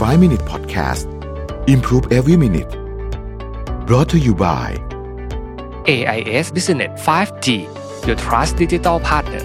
5 Minute Podcast Improve Every Minute brought to you by AIS Business 5G Your Trust Digital Partner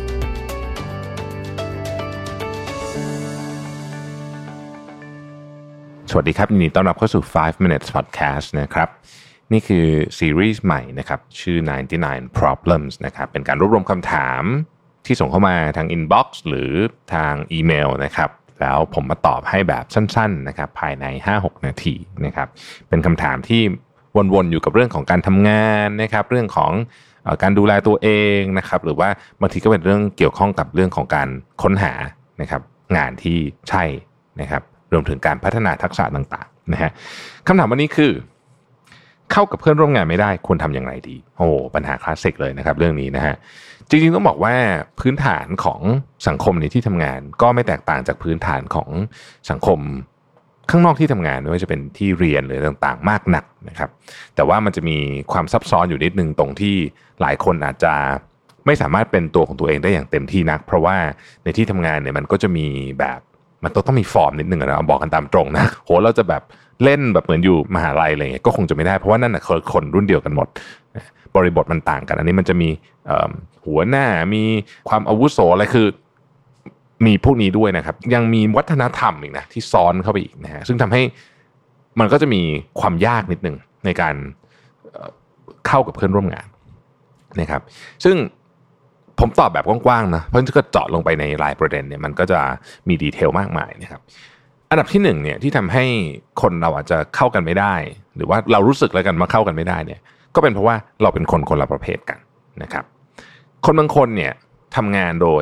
สวัสดีครับยินดีต้อนรับเข้าสู่ 5 Minutes Podcast นะครับนี่คือซีรีส์ใหม่นะครับชื่อ99 Problems นะครับเป็นการรวบรวมคำถามที่ส่งเข้ามาทาง Inbox หรือทางอีเมลนะครับแล้วผมมาตอบให้แบบสั้นๆนะครับภายใน 5-6 นาทีนะครับเป็นคำถามที่วนๆอยู่กับเรื่องของการทำงานนะครับเรื่องของการดูแลตัวเองนะครับหรือว่าบางทีก็เป็นเรื่องเกี่ยวข้องกับเรื่องของการค้นหานะครับงานที่ใช่นะครับรวมถึงการพัฒนาทักษะต่างๆนะฮะคำถามวันนี้คือเข้ากับเพื่อนร่วมงานไม่ได้ควรทำอย่างไรดีโอ้ปัญหาคลาสสิกเลยนะครับเรื่องนี้นะฮะจริงๆต้องบอกว่าพื้นฐานของสังคมในที่ทำงานก็ไม่แตกต่างจากพื้นฐานของสังคมข้างนอกที่ทำงานไม่ว่าจะเป็นที่เรียนหรือต่างๆมากนักนะครับแต่ว่ามันจะมีความซับซ้อนอยู่นิดนึงตรงที่หลายคนอาจจะไม่สามารถเป็นตัวของตัวเองได้อย่างเต็มที่นักเพราะว่าในที่ทำงานเนี่ยมันก็จะมีแบบมันต้องมีฟอร์มนิดนึงนะบอกกันตามตรงนะโหเราจะแบบเล่นแบบเหมือนอยู่มหาลัยอะไรเงี้ยก็คงจะไม่ได้เพราะว่านั่นน่ะคนรุ่นเดียวกันหมดบริบทมันต่างกันอันนี้มันจะมีหัวหน้ามีความอาวุโสอะไรคือมีพวกนี้ด้วยนะครับยังมีวัฒนธรรมอีกนะที่ซ้อนเข้าไปอีกนะฮะซึ่งทำให้มันก็จะมีความยากนิดนึงในการเข้ากับเพื่อนร่วมงานนะครับซึ่งผมตอบแบบกว้างๆนะเพราะถ้าเกิดเจาะลงไปในรายประเด็นเนี่ยมันก็จะมีดีเทลมากมายนะครับอันดับที่1เนี่ยที่ทำให้คนเราอาจจะเข้ากันไม่ได้หรือว่าเรารู้สึกแล้วกันว่าเข้ากันไม่ได้เนี่ยก็เป็นเพราะว่าเราเป็นคนละประเภทกันนะครับคนบางคนเนี่ยทำงานโดย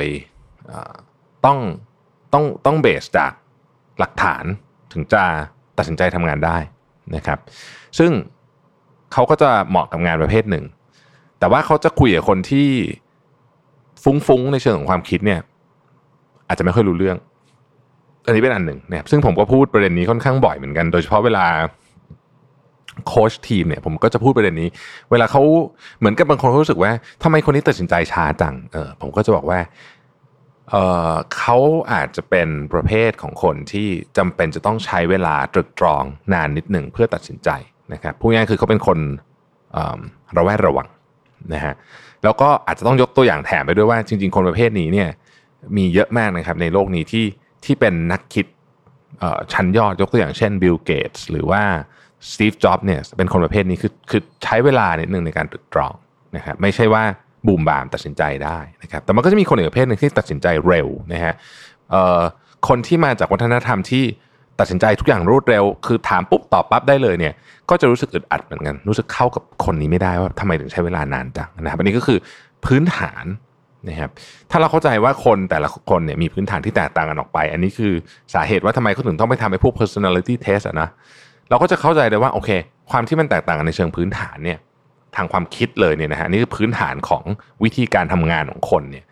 ต้องเบสจากหลักฐานถึงจะตัดสินใจทำงานได้นะครับซึ่งเขาก็จะเหมาะกับงานประเภทหนึ่งแต่ว่าเขาจะคุยกับคนที่ฟุ้งในเชิงของความคิดเนี่ยอาจจะไม่ค่อยรู้เรื่องอันนี้เป็นอันหนึ่งนะครับซึ่งผมก็พูดประเด็นนี้ค่อนข้างบ่อยเหมือนกันโดยเฉพาะเวลาโค้ชทีมเนี่ยผมก็จะพูดประเด็นนี้เวลาเขาเหมือนกับบางคนเขารู้สึกว่าทำไมคนนี้ตัดสินใจช้าจังผมก็จะบอกว่าเขาอาจจะเป็นประเภทของคนที่จำเป็นจะต้องใช้เวลาตรึกตรองนานนิดหนึ่งเพื่อตัดสินใจนะครับพูดง่ายๆคือเขาเป็นคนระแวดระวังนะฮะแล้วก็อาจจะต้องยกตัวอย่างแถมไปด้วยว่าจริงๆคนประเภทนี้เนี่ยมีเยอะมากนะครับในโลกนี้ที่เป็นนักคิดชั้นยอดยกตัวอย่างเช่นบิลเกตส์หรือว่าสตีฟจ็อบส์เนี่ยเป็นคนประเภทนี้คือใช้เวลานิดนึงในการตรึกตรองนะครับไม่ใช่ว่าบูมบามตัดสินใจได้นะครับแต่มันก็จะมีคนอีกประเภทนึงที่ตัดสินใจเร็วนะฮะคนที่มาจากวัฒนธรรมที่ตัดสินใจทุกอย่างรวดเร็วคือถามปุ๊บตอบปั๊บได้เลยเนี่ยก็จะรู้สึกอึดอัดเหมือนกันรู้สึกเข้ากับคนนี้ไม่ได้ว่าทำไมถึงใช้เวลานานจังนะครับอันนี้ก็คือพื้นฐานนะครับถ้าเราเข้าใจว่าคนแต่ละคนเนี่ยมีพื้นฐานที่แตกต่างกันออกไปอันนี้คือสาเหตุว่าทำไมเขาถึงต้องไปทำไอ้พวก personality test นะเราก็จะเข้าใจได้ว่าโอเคความที่มันแตกต่างกันในเชิงพื้นฐานเนี่ยทางความคิดเลยเนี่ยนะฮะนี่คือพื้นฐานของวิธีการทำงานของคนเนี่ย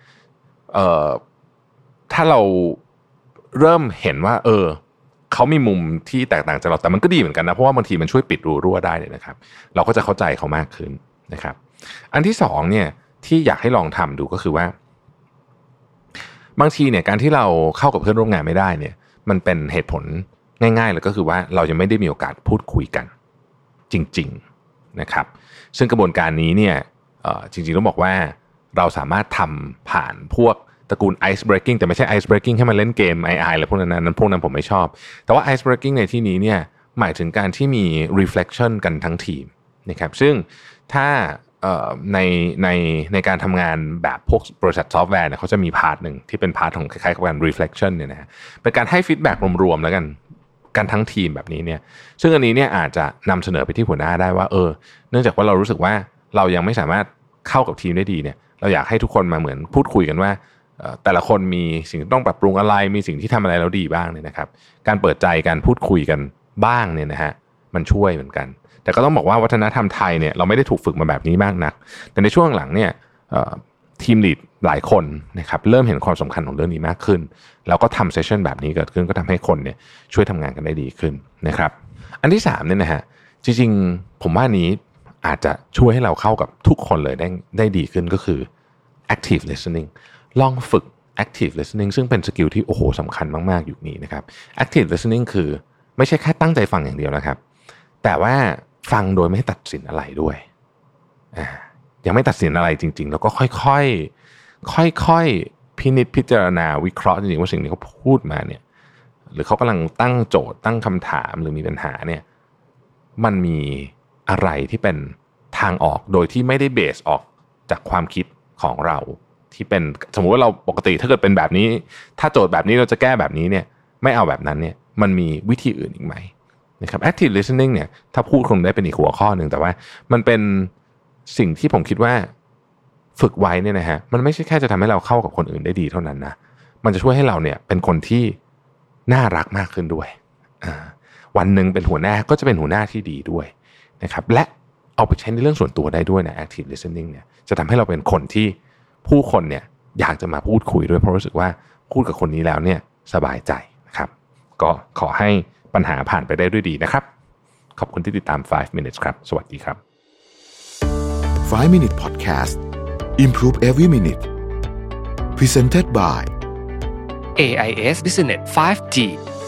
ถ้าเราเริ่มเห็นว่าเขามีมุมที่แตกต่างจากเราแต่มันก็ดีเหมือนกันนะเพราะว่าบางทีมันช่วยปิดรูรั่วได้เนี่ยนะครับเราก็จะเข้าใจเขามากขึ้นนะครับอันที่สองเนี่ยที่อยากให้ลองทำดูก็คือว่าบางทีเนี่ยการที่เราเข้ากับเพื่อนร่วมงานไม่ได้เนี่ยมันเป็นเหตุผลง่ายๆเลยก็คือว่าเรายังไม่ได้มีโอกาสพูดคุยกันจริงๆนะครับซึ่งกระบวนการนี้เนี่ยจริงๆต้องบอกว่าเราสามารถทำผ่านพวกตระกูล ice breaking แต่ไม่ใช่ ice breaking ให้มาเล่นเกม AI อะไรพวกนั้นผมไม่ชอบแต่ว่า ice breaking ในที่นี้เนี่ยหมายถึงการที่มี reflection กันทั้งทีมนะครับซึ่งถ้าในการทำงานแบบพวกบริษัทซอฟต์แวร์เนี่ยเขาจะมีพาร์ทหนึ่งที่เป็นพาร์ทของคล้ายๆกับการ reflection เนี่ยนะฮะเป็นการให้ feedback รวมๆแล้วกันทั้งทีมแบบนี้เนี่ยซึ่งอันนี้เนี่ยอาจจะนำเสนอไปที่หัวหน้าได้ว่าเนื่องจากว่าเรารู้สึกว่าเรายังไม่สามารถเข้ากับทีมได้ดีเนี่ยเราอยากให้ทุกคนมาเหมือนพูดคุยกันว่าแต่ละคนมีสิ่งที่ต้องปรับปรุงอะไรมีสิ่งที่ทำอะไรแล้วดีบ้างเนี่ยนะครับการเปิดใจการพูดคุยกันบ้างเนี่ยนะฮะมันช่วยเหมือนกันแต่ก็ต้องบอกว่าวัฒนธรรมไทยเนี่ยเราไม่ได้ถูกฝึกมาแบบนี้มากนักแต่ในช่วงหลังเนี่ยทีมลีดหลายคนนะครับเริ่มเห็นความสำคัญของเรื่องนี้มากขึ้นแล้วก็ทำเซสชั่นแบบนี้เกิดขึ้นก็ทำให้คนเนี่ยช่วยทำงานกันได้ดีขึ้นนะครับอันที่3เนี่ยนะฮะจริงๆผมว่านี้อาจจะช่วยให้เราเข้ากับทุกคนเลยได้ดีขึ้นก็คือ active listening ลองฝึก active listening ซึ่งเป็นสกิลที่โอ้โหสำคัญมากๆอยู่นี้นะครับ active listening คือไไม่ใช่แค่ตั้งใจฟังอย่างเดียวนะครับแต่ว่าฟังโดยไม่ตัดสินอะไรด้วยยังไม่ตัดสินอะไรจริงๆแล้วก็ค่อยๆพินิจพิจารณาวิเคราะห์จริงๆว่าสิ่งที่เขาพูดมาเนี่ยหรือเขากำลังตั้งโจทย์ตั้งคำถามหรือมีปัญหาเนี่ยมันมีอะไรที่เป็นทางออกโดยที่ไม่ได้เบสออกจากความคิดของเราที่เป็นสมมุติว่าเราปกติถ้าเกิดเป็นแบบนี้ถ้าโจทย์แบบนี้เราจะแก้แบบนี้เนี่ยไม่เอาแบบนั้นเนี่ยมันมีวิธีอื่นอีกไหมนะครับ active listening เนี่ยถ้าพูดคงได้เป็นอีกหัวข้อหนึ่งแต่ว่ามันเป็นสิ่งที่ผมคิดว่าฝึกไว้เนี่ยนะฮะมันไม่ใช่แค่จะทำให้เราเข้ากับคนอื่นได้ดีเท่านั้นนะมันจะช่วยให้เราเนี่ยเป็นคนที่น่ารักมากขึ้นด้วยวันหนึ่งเป็นหัวหน้าก็จะเป็นหัวหน้าที่ดีด้วยนะครับและเอาไปใช้ในเรื่องส่วนตัวได้ด้วยนะ active listening เนี่ยจะทำให้เราเป็นคนที่ผู้คนเนี่ยอยากจะมาพูดคุยด้วยเพราะรู้สึกว่าพูดกับคนนี้แล้วเนี่ยสบายใจนะครับก็ขอให้ปัญหาผ่านไปได้ด้วยดีนะครับขอบคุณที่ติดตาม5 minutes ครับสวัสดีครับ 5 Minute Podcast Improve Every Minute Presented by AIS Business 5G